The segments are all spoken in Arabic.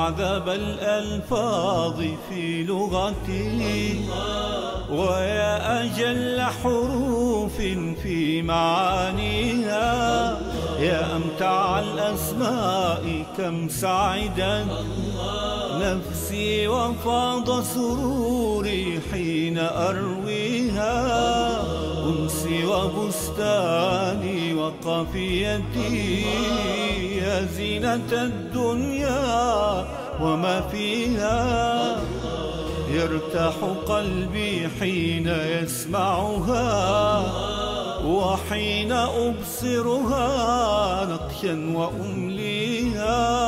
أعذب الألفاظ في لغتي، ويا أجل حروف في معانيها، يا أمتع الأسماء كم سعدت نفسي وفاض سروري حين أرويها، أنسي وبستاني وقافيتي، يا زينة الدنيا وما فيها، يرتاح قلبي حين يسمعها، وحين أبصرها نقشا وأمليها.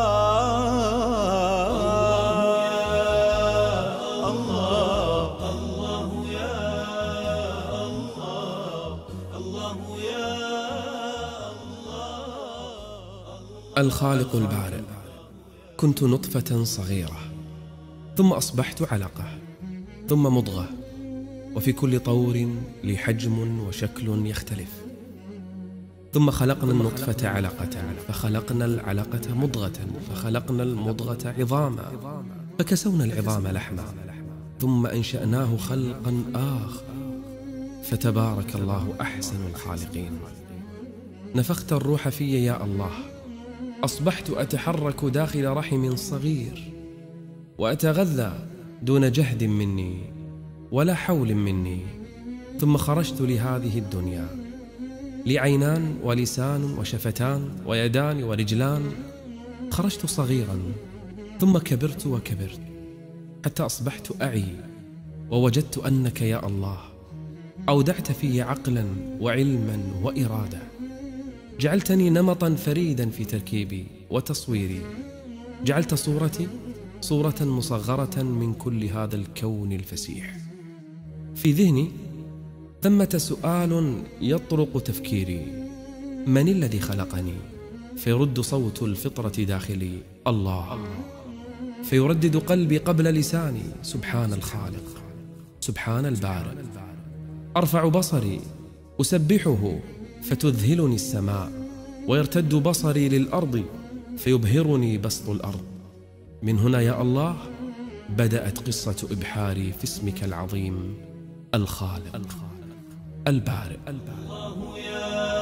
الخالق البارئ. كنت نطفة صغيرة، ثم أصبحت علقة، ثم مضغة، وفي كل طور لي حجم وشكل يختلف. ثم خلقنا النطفة علقة، فخلقنا العلقة مضغة، فخلقنا المضغة عظاما، فكسونا العظام لحما، ثم أنشأناه خلقا آخر، فتبارك الله أحسن الخالقين. نفخت الروح في يا الله، أصبحت أتحرك داخل رحم صغير، وأتغذى دون جهد مني ولا حول مني. ثم خرجت لهذه الدنيا، لي عينان ولسان وشفتان ويدان ورجلان. خرجت صغيرا، ثم كبرت وكبرت، حتى أصبحت أعي، ووجدت أنك يا الله أودعت في عقلا وعلما وإرادة، جعلتني نمطا فريدا في تركيبي وتصويري، جعلت صورتي صورة مصغرة من كل هذا الكون الفسيح. في ذهني ثمة سؤال يطرق تفكيري: من الذي خلقني؟ فيرد صوت الفطرة داخلي: الله. فيردد قلبي قبل لساني: سبحان الخالق، سبحان البارئ. أرفع بصري أسبحه فتذهلني السماء، ويرتد بصري للأرض فيبهرني بسط الأرض. من هنا يا الله بدأت قصة إبحاري في اسمك العظيم الخالق البارئ. الله يا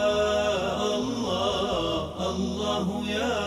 الله، الله يا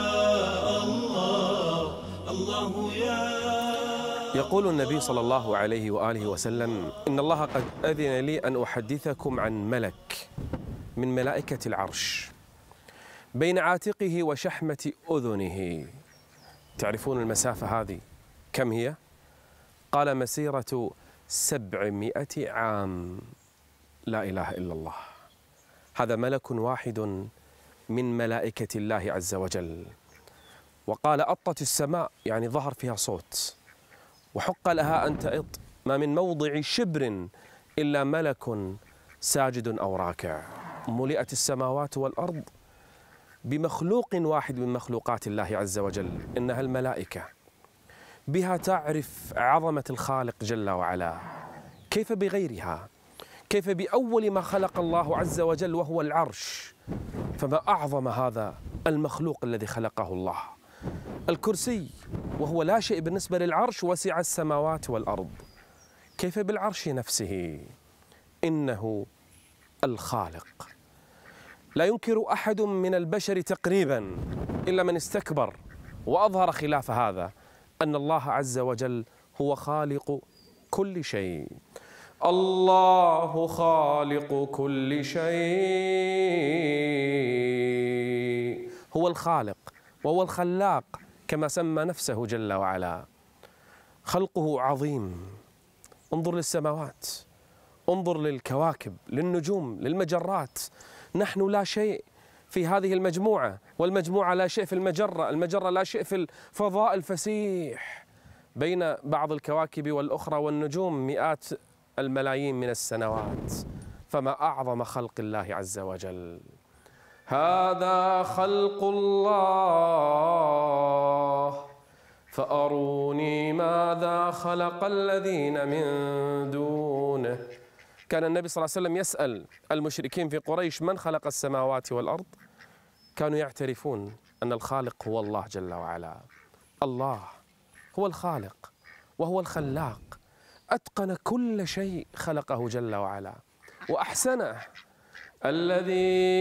الله، الله يا. يقول النبي صلى الله عليه وآله وسلم: إن الله قد أذن لي أن أحدثكم عن ملك من ملائكة العرش بين عاتقه وشحمة أذنه. تعرفون المسافة هذه كم هي؟ قال: مسيرة 700 عام. لا إله إلا الله. هذا ملك واحد من ملائكة الله عز وجل. وقال: أطت السماء، يعني ظهر فيها صوت، وحق لها أن تئط، ما من موضع شبر إلا ملك ساجد أو راكع. ملئت السماوات والأرض بمخلوق واحد من مخلوقات الله عز وجل، إنها الملائكة. بها تعرف عظمة الخالق جل وعلا. كيف بغيرها؟ كيف بأول ما خلق الله عز وجل وهو العرش؟ فما أعظم هذا المخلوق الذي خلقه الله. الكرسي وهو لا شيء بالنسبة للعرش، وسع السماوات والأرض. كيف بالعرش نفسه؟ إنه الخالق. لا ينكر أحد من البشر تقريبا إلا من استكبر وأظهر خلاف هذا، أن الله عز وجل هو خالق كل شيء. الله خالق كل شيء. هو الخالق وهو الخلاق كما سمى نفسه جل وعلا. خلقه عظيم. انظر للسماوات، انظر للكواكب، للنجوم، للمجرات. نحن لا شيء في هذه المجموعة، والمجموعة لا شيء في المجرة، المجرة لا شيء في الفضاء الفسيح. بين بعض الكواكب والأخرى والنجوم مئات الملايين من السنوات. فما أعظم خلق الله عز وجل. هذا خلق الله فأروني ماذا خلق الذين من دونه. كان النبي صلى الله عليه وسلم يسأل المشركين في قريش: من خلق السماوات والأرض؟ كانوا يعترفون أن الخالق هو الله جل وعلا. الله هو الخالق وهو الخلاق، أتقن كل شيء خلقه جل وعلا وأحسنه. الذي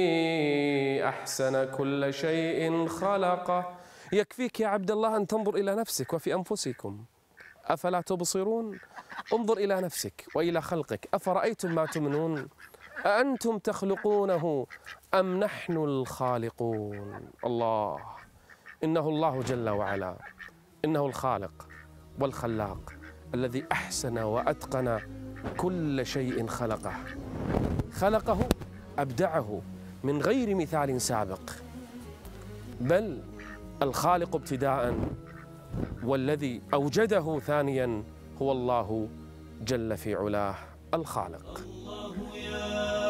أحسن كل شيء خلقه. يكفيك يا عبد الله أن تنظر إلى نفسك وفي أنفسكم، أفلا تبصرون؟ انظر إلى نفسك وإلى خلقك. أفرأيتم ما تمنون أأنتم تخلقونه أم نحن الخالقون؟ الله، إنه الله جل وعلا، إنه الخالق والخلاق الذي أحسن وأتقن كل شيء خلقه أبدعه من غير مثال سابق، بل الخالق ابتداء والذي أوجده ثانيا هو الله جل في علاه الخالق. الله يا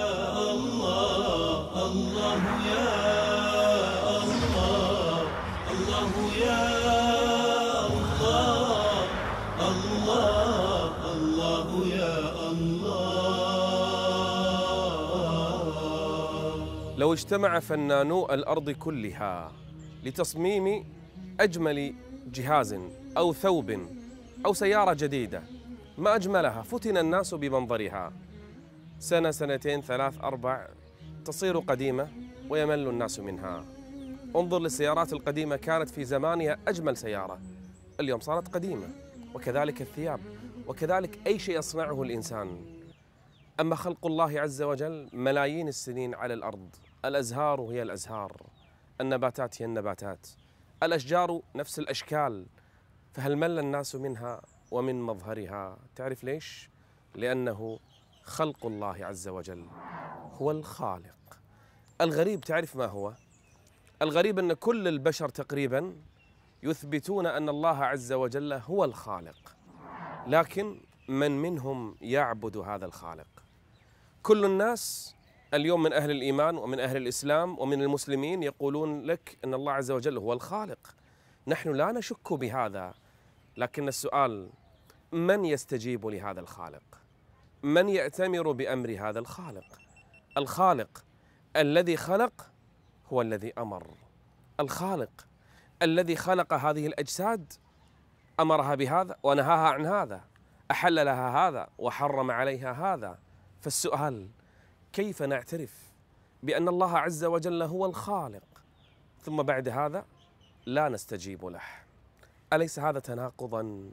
الله، الله يا الله، الله يا الله، الله، الله يا الله. لو اجتمع فنانو الأرض كلها لتصميم أجمل جهاز أو ثوب أو سيارة جديدة ما أجملها، فتن الناس بمنظرها، سنة سنتين ثلاث أربع تصير قديمة ويمل الناس منها. انظر للسيارات القديمة، كانت في زمانها أجمل سيارة، اليوم صارت قديمة. وكذلك الثياب، وكذلك أي شيء يصنعه الإنسان. أما خلق الله عز وجل ملايين السنين على الأرض، الأزهار هي الأزهار، النباتات هي النباتات، الأشجار نفس الأشكال، فهل مل الناس منها ومن مظهرها؟ تعرف ليش؟ لأنه خلق الله عز وجل هو الخالق. الغريب تعرف ما هو؟ الغريب أن كل البشر تقريبا يثبتون أن الله عز وجل هو الخالق، لكن من منهم يعبد هذا الخالق؟ كل الناس اليوم من أهل الإيمان ومن أهل الإسلام ومن المسلمين يقولون لك أن الله عز وجل هو الخالق، نحن لا نشك بهذا، لكن السؤال من يستجيب لهذا الخالق؟ من يأتمر بأمر هذا الخالق؟ الخالق الذي خلق هو الذي أمر، الخالق الذي خلق هذه الأجساد أمرها بهذا ونهاها عن هذا، أحل لها هذا وحرم عليها هذا. فالسؤال كيف نعترف بأن الله عز وجل هو الخالق ثم بعد هذا لا نستجيب له؟ أليس هذا تناقضا؟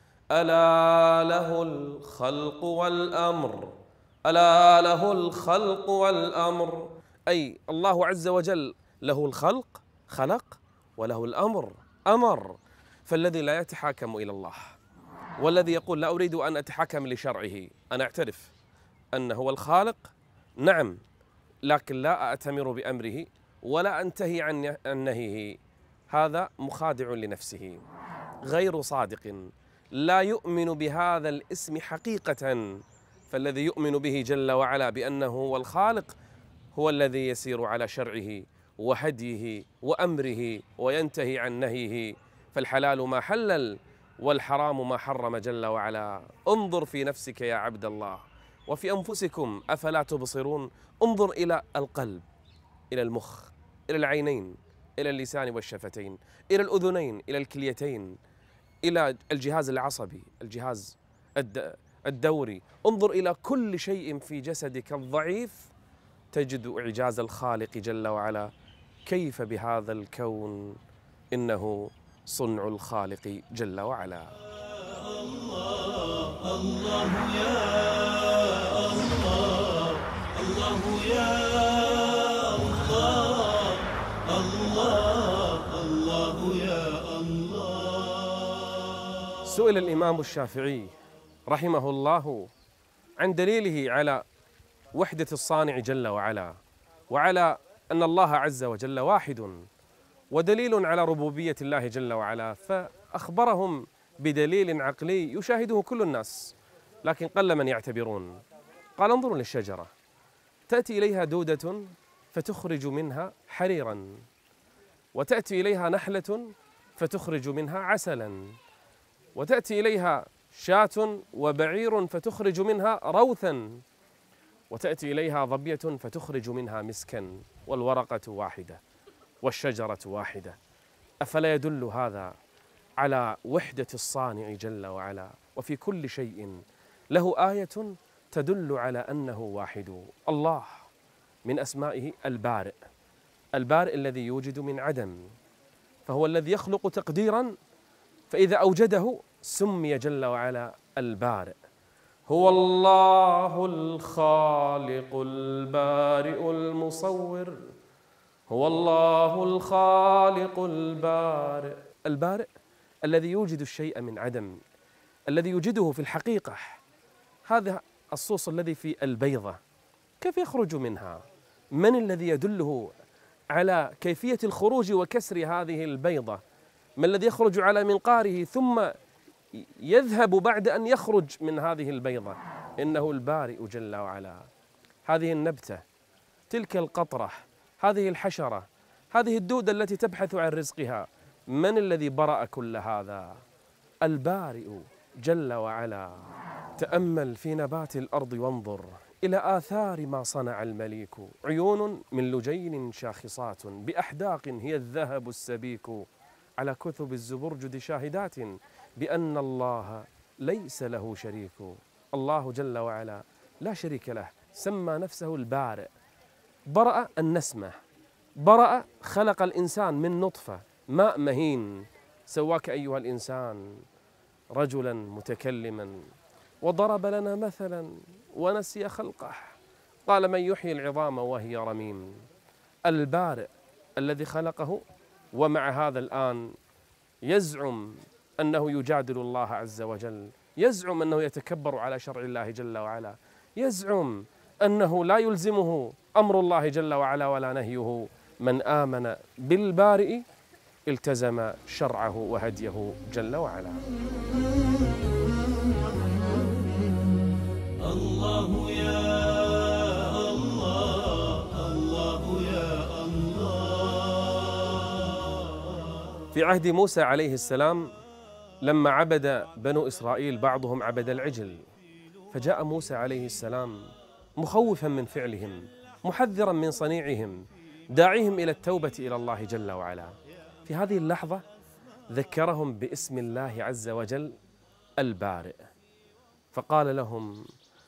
ألا له الخلق والأمر، ألا له الخلق والأمر، أي الله عز وجل له الخلق خلق وله الأمر أمر. فالذي لا يتحاكم إلى الله والذي يقول لا أريد أن أتحاكم لشرعه، أنا أعترف أنه هو الخالق نعم، لكن لا أأتمر بأمره ولا أنتهي عن نهيه، هذا مخادع لنفسه غير صادق، لا يؤمن بهذا الاسم حقيقة. فالذي يؤمن به جل وعلا بأنه هو الخالق هو الذي يسير على شرعه وهديه وأمره وينتهي عن نهيه، فالحلال ما حلل والحرام ما حرم جل وعلا. انظر في نفسك يا عبد الله وفي أنفسكم أفلا تبصرون. انظر إلى القلب، إلى المخ، إلى العينين، إلى اللسان والشفتين، إلى الأذنين، إلى الكليتين، إلى الجهاز العصبي، الجهاز الدوري. انظر إلى كل شيء في جسدك الضعيف تجد إعجاز الخالق جل وعلا. كيف بهذا الكون؟ إنه صنع الخالق جل وعلا. الله، الله يا الله، الله يا الله، الله، الله يا الله. سئل الإمام الشافعي رحمه الله عن دليله على وحدة الصانع جل وعلا، وعلى أن الله عز وجل واحد، ودليل على ربوبية الله جل وعلا، فأخبرهم بدليل عقلي يشاهده كل الناس لكن قل من يعتبرون. قال انظروا للشجرة، تأتي إليها دودة فتخرج منها حريرا، وتأتي إليها نحلة فتخرج منها عسلا، وتأتي إليها شاة وبعير فتخرج منها روثا، وتأتي إليها ظبية فتخرج منها مسكا، والورقة واحدة والشجرة واحدة. أفلا يدل هذا على وحدة الصانع جل وعلا؟ وفي كل شيء له آية تدل على أنه واحد. الله من أسمائه البارئ، البارئ الذي يوجد من عدم، فهو الذي يخلق تقديرا، فإذا أوجده سمي جل وعلا البارئ. هو الله الخالق البارئ المصور، هو الله الخالق البارئ. البارئ الذي يوجد الشيء من عدم، الذي يوجده في الحقيقة. هذا الصوص الذي في البيضة كيف يخرج منها؟ من الذي يدله على كيفية الخروج وكسر هذه البيضة؟ ما الذي يخرج على منقاره ثم يذهب بعد أن يخرج من هذه البيضة؟ إنه البارئ جل وعلا. هذه النبتة، تلك القطرة، هذه الحشرة، هذه الدودة التي تبحث عن رزقها، من الذي برأ كل هذا؟ البارئ جل وعلا. تأمل في نبات الأرض وانظر إلى آثار ما صنع المليك. عيون من لجين شاخصات بأحداق هي الذهب السبيك، على كثب الزبرجد شاهدات بأن الله ليس له شريك. الله جل وعلا لا شريك له، سمى نفسه البارئ. برأ النسمة، برأ خلق الإنسان من نطفة ماء مهين، سواك أيها الإنسان رجلا متكلما، وضرب لنا مثلا ونسي خلقه، قال من يحيي العظام وهي رميم. البارئ الذي خلقه، ومع هذا الآن يزعم أنه يجادل الله عز وجل، يزعم أنه يتكبر على شرع الله جل وعلا، يزعم أنه لا يلزمه أمر الله جل وعلا ولا نهيه. من آمن بالبارئ التزم شرعه وهديه جل وعلا. الله يا الله، الله يا الله. في عهد موسى عليه السلام لما عبد بنو إسرائيل بعضهم عبد العجل، فجاء موسى عليه السلام مخوفا من فعلهم، محذرا من صنيعهم، داعيهم إلى التوبة إلى الله جل وعلا. في هذه اللحظة ذكرهم باسم الله عز وجل البارئ، فقال لهم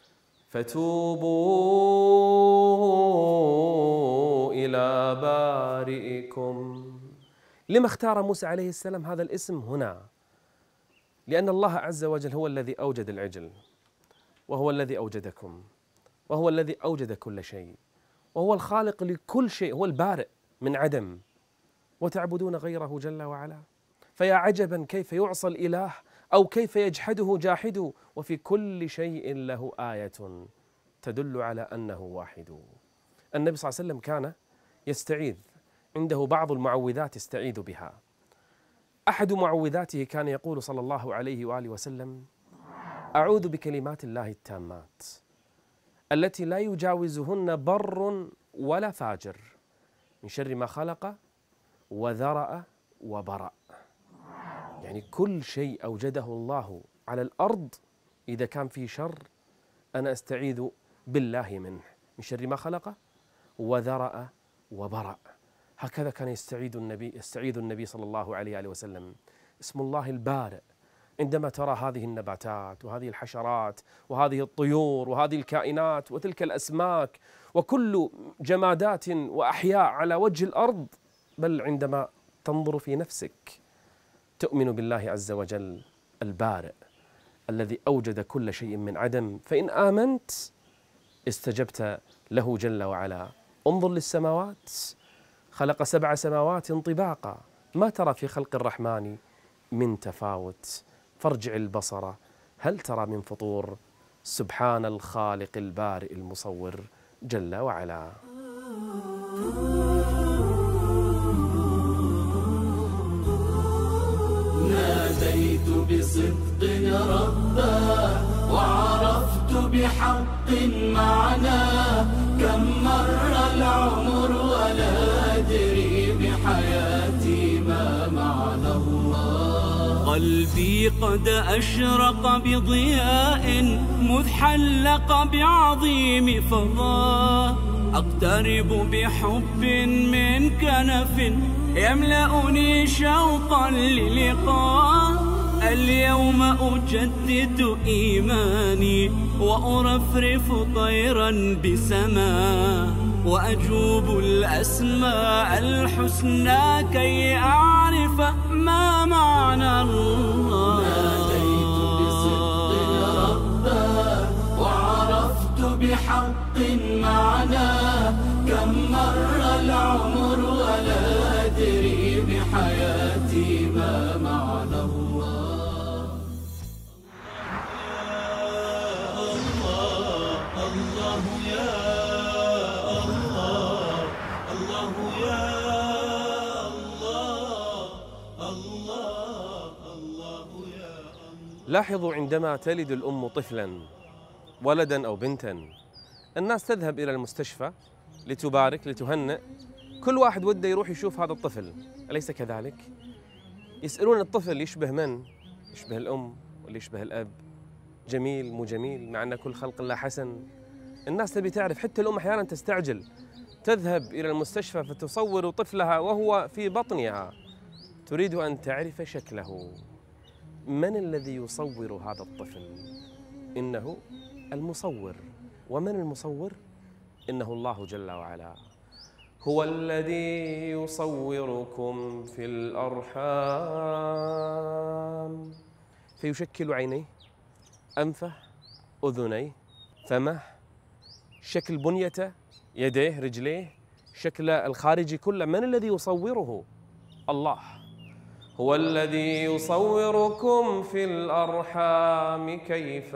فتوبوا إلى بارئكم. لما اختار موسى عليه السلام هذا الاسم هنا؟ لأن الله عز وجل هو الذي أوجد العجل، وهو الذي أوجدكم، وهو الذي أوجد كل شيء، وهو الخالق لكل شيء، هو البارئ من عدم، وتعبدون غيره جل وعلا. فيا عجبا كيف يعصى الإله أو كيف يجحده جاحد، وفي كل شيء له آية تدل على أنه واحد. النبي صلى الله عليه وسلم كان يستعيذ، عنده بعض المعوذات يستعيذ بها. أحد معوذاته كان يقول صلى الله عليه وآله وسلم أعوذ بكلمات الله التامات التي لا يجاوزهن بر ولا فاجر من شر ما خلق وذرأ وبرأ. يعني كل شيء أوجده الله على الأرض إذا كان فيه شر أنا أستعيذ بالله منه، من شر ما خلق وذرأ وبرأ. هكذا كان يستعيذ النبي صلى الله عليه وآله وسلم. اسم الله البارئ. عندما ترى هذه النباتات وهذه الحشرات وهذه الطيور وهذه الكائنات وتلك الأسماك وكل جمادات وأحياء على وجه الأرض، بل عندما تنظر في نفسك تؤمن بالله عز وجل البارئ الذي أوجد كل شيء من عدم، فإن آمنت استجبت له جل وعلا. انظر للسماوات، خلق 7 سماوات طباقا، ما ترى في خلق الرحمن من تفاوت، فارجع البصر هل ترى من فطور، سبحان الخالق البارئ المصور جل وعلا. ناديت بصدق ربا وعرفت بحق معناه، كم مر العمر ولا أدري بحياتي ما معنى الله. قلبي قد أشرق بضياء مذ حلق بعظيم فضاه، أقترب بحب من كنف يملأني شوقا للقاء. اليوم أجدد إيماني وأرفرف طيرا بسماء، وأجوب الأسماء الحسنى كي أعرف ما معنى الله. ناديت بصدق ربا وعرفت بحق معناه، كم مر العمر ولا أدري بحياتي ما معنى الله. لاحظوا عندما تلد الأم طفلا ولدا أو بنتا، الناس تذهب إلى المستشفى لتبارك لتهنئ، كل واحد وده يروح يشوف هذا الطفل، أليس كذلك؟ يسألون الطفل يشبه من؟ يشبه الأم ولا يشبه الأب؟ جميل مو جميل؟ مع أن كل خلق الله حسن. الناس تبي تعرف، حتى الأم أحيانا تستعجل، تذهب إلى المستشفى فتصور طفلها وهو في بطنها، تريد أن تعرف شكله. من الذي يصور هذا الطفل؟ إنه المصور. ومن المصور؟ إنه الله جل وعلا. هو الذي يصوركم في الأرحام، فيشكل عينيه، أنفه، أذنيه، فمه، شكل بنيته، يديه، رجليه، شكل الخارجي كله. من الذي يصوره؟ الله. هو الذي يصوركم في الأرحام كيف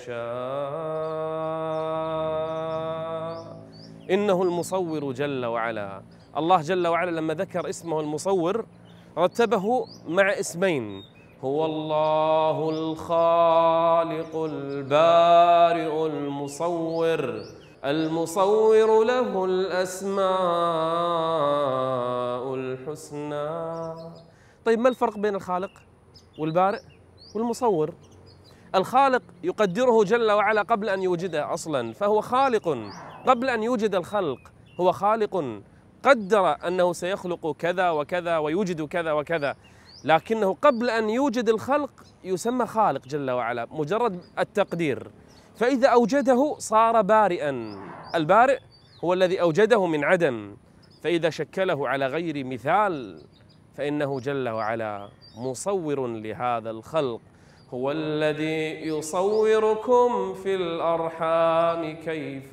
يشاء. إنه المصور جل وعلا. الله جل وعلا لما ذكر اسمه المصور رتبه مع اسمين: هو الله الخالق البارئ المصور، المصور له الأسماء الحسنى. طيب ما الفرق بين الخالق والبارئ والمصور؟ الخالق يقدره جل وعلا قبل أن يوجده أصلاً، فهو خالق قبل أن يوجد الخلق. هو خالق قدر أنه سيخلق كذا وكذا ويوجد كذا وكذا، لكنه قبل أن يوجد الخلق يسمى خالق جل وعلا، مجرد التقدير. فإذا أوجده صار بارئاً. البارئ هو الذي أوجده من عدم، فإذا شكله على غير مثال فإنه جل وعلا مصور لهذا الخلق. هو الذي يصوركم في الأرحام كيف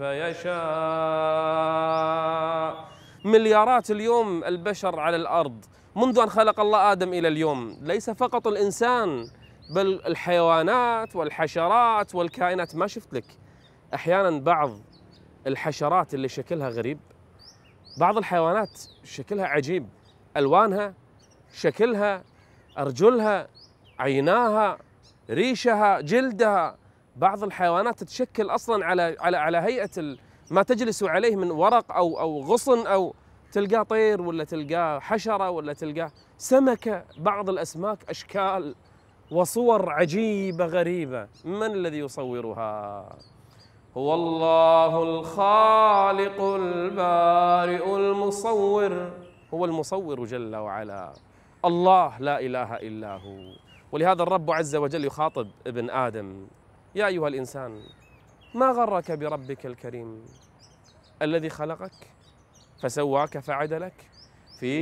يشاء. مليارات اليوم البشر على الأرض منذ أن خلق الله آدم إلى اليوم، ليس فقط الإنسان بل الحيوانات والحشرات والكائنات. ما شفت لك أحيانا بعض الحشرات اللي شكلها غريب، بعض الحيوانات شكلها عجيب، ألوانها، شكلها، أرجلها، عيناها، ريشها، جلدها. بعض الحيوانات تتشكل أصلا على هيئة ما تجلس عليه من ورق أو غصن، أو تلقاه طير ولا تلقاه حشرة ولا تلقاه سمكة. بعض الأسماك أشكال وصور عجيبة غريبة. من الذي يصورها؟ هو الله الخالق البارئ المصور. هو المصور جل وعلا، الله لا إله إلا هو. ولهذا الرب عز وجل يخاطب ابن آدم: يا أيها الإنسان ما غرك بربك الكريم الذي خلقك فسواك فعدلك في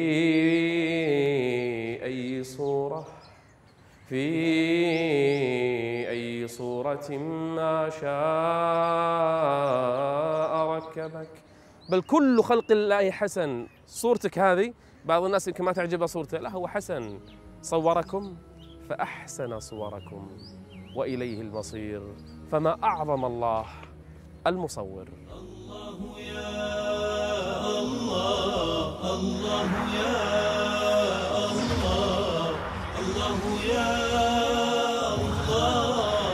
أي صورة ما شاء ركبك. بل كل خلق الله حسن. صورتك هذه بعض الناس يمكن ما تعجبها صورته، لا هو حسن. صوركم فأحسن صوركم وإليه المصير. فما أعظم الله المصور. الله يا الله، الله يا الله، الله يا الله،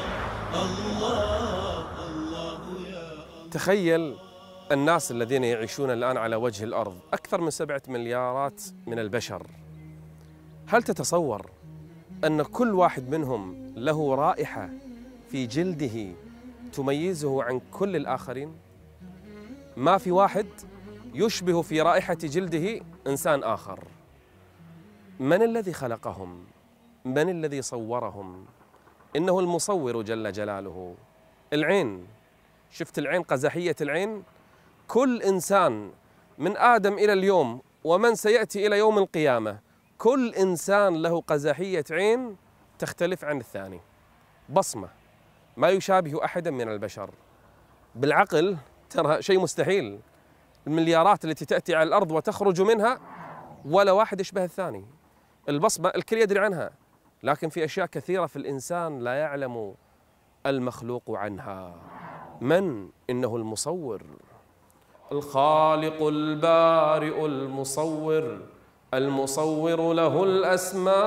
الله يا الله. تخيل الناس الذين يعيشون الآن على وجه الأرض، أكثر من 7 مليارات من البشر. هل تتصور أن كل واحد منهم له رائحة في جلده تميزه عن كل الآخرين؟ ما في واحد يشبه في رائحة جلده إنسان آخر. من الذي خلقهم؟ من الذي صورهم؟ إنه المصور جل جلاله. العين، شفت العين، قزحية العين؟ كل إنسان من آدم إلى اليوم ومن سيأتي إلى يوم القيامة، كل إنسان له قزحية عين تختلف عن الثاني، بصمة ما يشابه أحدا من البشر. بالعقل ترى شيء مستحيل، المليارات التي تأتي على الأرض وتخرج منها ولا واحد يشبه الثاني. البصمة الكل يدري عنها، لكن في أشياء كثيرة في الإنسان لا يعلم المخلوق عنها. من؟ إنه المصور، الخالق البارئ المصور، المصور له الأسماء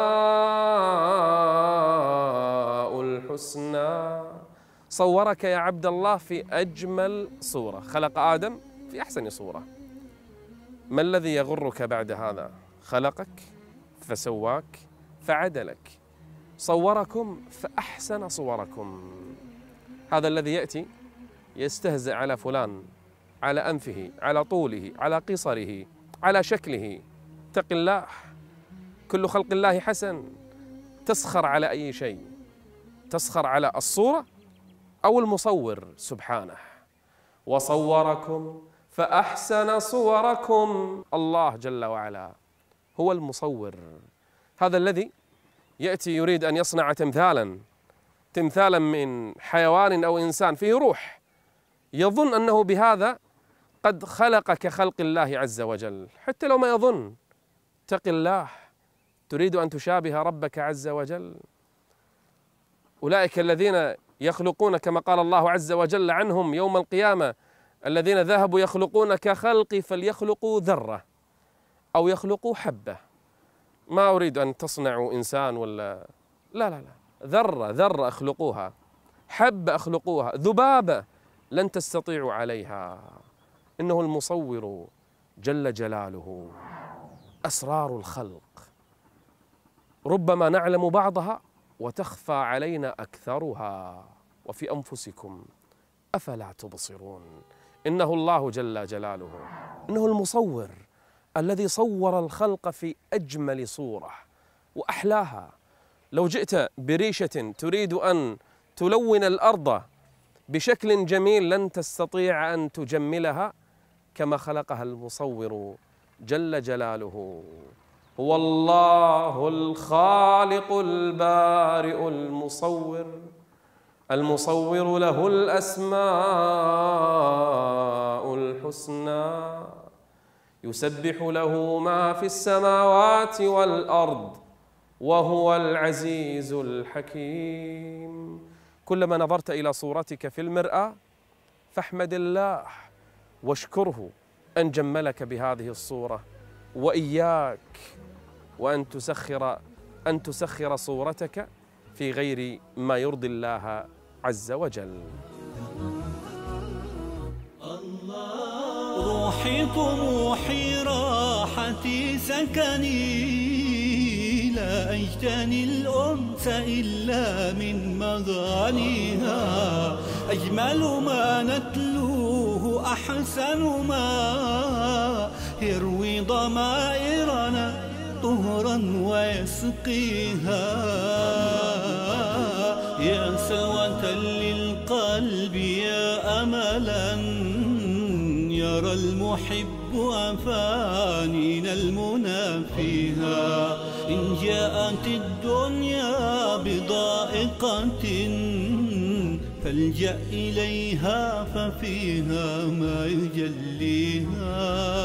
الحسنى. صورك يا عبد الله في أجمل صورة، خلق آدم في أحسن صورة. ما الذي يغرك بعد هذا؟ خلقك فسواك فعدلك، صوركم فأحسن صوركم. هذا الذي يأتي يستهزئ على فلان، على أنفه، على طوله، على قصره، على شكله. اتق الله، كل خلق الله حسن. تسخر على أي شيء؟ تسخر على الصورة أو المصور سبحانه؟ وصوركم فأحسن صوركم. الله جل وعلا هو المصور. هذا الذي يأتي يريد أن يصنع تمثالا من حيوان أو إنسان فيه روح، يظن أنه بهذا قد خلق كخلق الله عز وجل، حتى لو ما يظن. اتق الله، تريد أن تشابه ربك عز وجل؟ أولئك الذين يخلقون كما قال الله عز وجل عنهم يوم القيامة، الذين ذهبوا يخلقون كخلقي فليخلقوا ذرة أو يخلقوا حبة. ما أريد أن تصنعوا إنسان ولا لا، ذرة أخلقوها، حبة أخلقوها، ذبابة لن تستطيعوا عليها. إنه المصور جل جلاله. أسرار الخلق ربما نعلم بعضها وتخفى علينا أكثرها، وفي أنفسكم أفلا تبصرون. إنه الله جل جلاله، إنه المصور الذي صور الخلق في أجمل صورة وأحلاها. لو جئت بريشة تريد أن تلون الأرض بشكل جميل لن تستطيع أن تجملها كما خلقها المصور جل جلاله. هو الله الخالق البارئ المصور، المصور له الأسماء الحسنى، يسبح له ما في السماوات والأرض وهو العزيز الحكيم. كلما نظرت إلى صورتك في المرآة فاحمد الله واشكره أن جملك بهذه الصورة، وإياك وأن تسخر صورتك في غير ما يرضي الله عز وجل. روحي طموحي راحتي سكني، لا أجتني الأنس إلا من مغانيها. أجمل ما نتلوه أحسن ما يروي ضمائرنا طهرا ويسقيها. يا سلوة للقلب يا أملا يرى المحب أفانينا المنى فيها. إن جاءت الدنيا بضائقة فالجأ إليها ففيها ما يجليها.